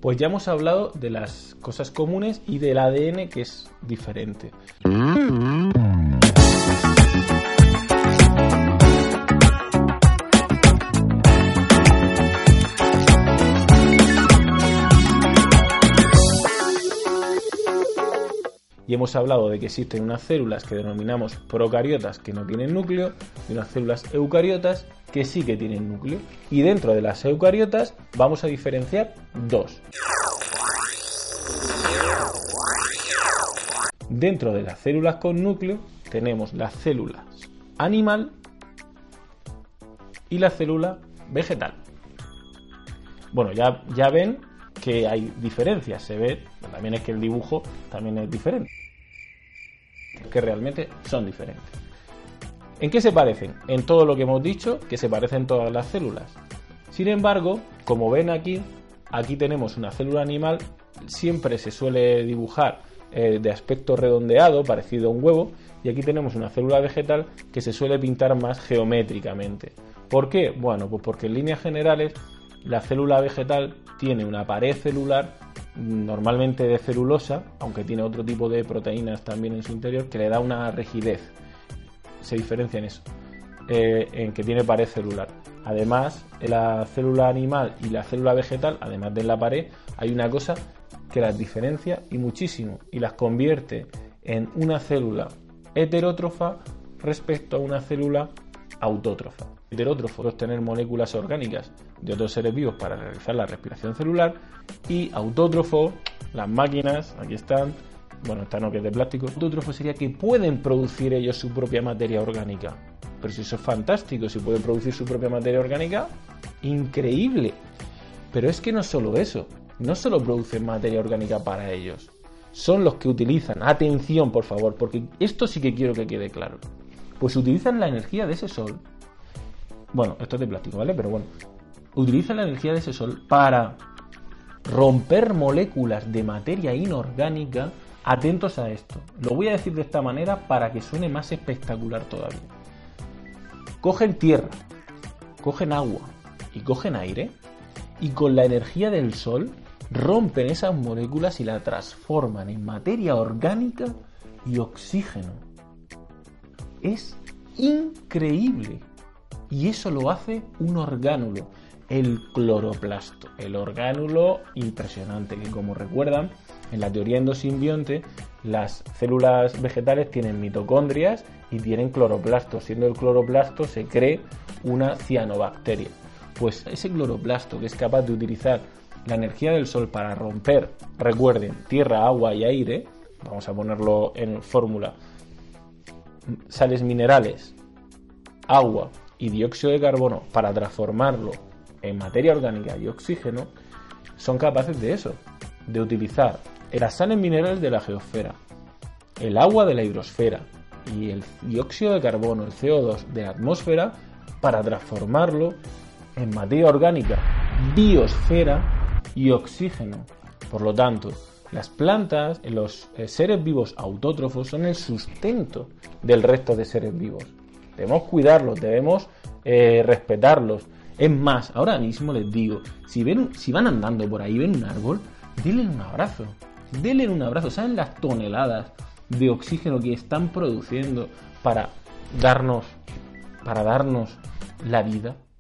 Pues ya hemos hablado de las cosas comunes y del ADN, que es diferente. Y hemos hablado de que existen unas células que denominamos procariotas que no tienen núcleo y unas células eucariotas que sí que tienen núcleo. Y dentro de las eucariotas vamos a diferenciar dos. Dentro de las células con núcleo tenemos las células animal y la célula vegetal. Bueno, ya ven que hay diferencias, se ve, también es que el dibujo también es diferente, que realmente son diferentes. ¿En qué se parecen? En todo lo que hemos dicho, que se parecen todas las células. Sin embargo, como ven aquí tenemos una célula animal, siempre se suele dibujar de aspecto redondeado, parecido a un huevo, y aquí tenemos una célula vegetal que se suele pintar más geométricamente. ¿Por qué? Bueno, pues porque en líneas generales la célula vegetal tiene una pared celular, normalmente de celulosa, aunque tiene otro tipo de proteínas también en su interior, que le da una rigidez. Se diferencia en eso, en que tiene pared celular. Además, en la célula animal y la célula vegetal, además de la pared, hay una cosa que las diferencia y muchísimo, y las convierte en una célula heterótrofa respecto a una célula autótrofa. Heterótrofo es tener moléculas orgánicas de otros seres vivos para realizar la respiración celular, y autótrofo, las máquinas, aquí están, bueno, esta no, que es de plástico. Autótrofo sería que pueden producir ellos su propia materia orgánica. Pero si eso es fantástico, si pueden producir su propia materia orgánica, increíble. Pero es que no solo eso, no solo producen materia orgánica para ellos, son los que utilizan, atención por favor, porque esto sí que quiero que quede claro, pues utilizan la energía de ese sol. Bueno, esto es de plástico, ¿vale? Pero bueno, utilizan la energía de ese sol para romper moléculas de materia inorgánica. Atentos a esto. Lo voy a decir de esta manera para que suene más espectacular todavía. Cogen tierra, cogen agua y cogen aire, y con la energía del sol rompen esas moléculas y la transforman en materia orgánica y oxígeno. Es increíble. Y eso lo hace un orgánulo, el cloroplasto. El orgánulo impresionante, que como recuerdan, en la teoría endosimbionte, las células vegetales tienen mitocondrias y tienen cloroplastos. Siendo el cloroplasto se cree una cianobacteria. Pues ese cloroplasto, que es capaz de utilizar la energía del sol para romper, recuerden, tierra, agua y aire, vamos a ponerlo en fórmula, sales minerales, agua y dióxido de carbono, para transformarlo en materia orgánica y oxígeno, son capaces de eso, de utilizar las sales minerales de la geosfera, el agua de la hidrosfera y el dióxido de carbono, el CO2 de la atmósfera, para transformarlo en materia orgánica, biosfera y oxígeno. Por lo tanto, las plantas, los seres vivos autótrofos, son el sustento del resto de seres vivos. Debemos cuidarlos, debemos respetarlos. Es más, ahora mismo les digo, si van andando por ahí, ven un árbol, denle un abrazo. Denle un abrazo. ¿Saben las toneladas de oxígeno que están produciendo para darnos la vida?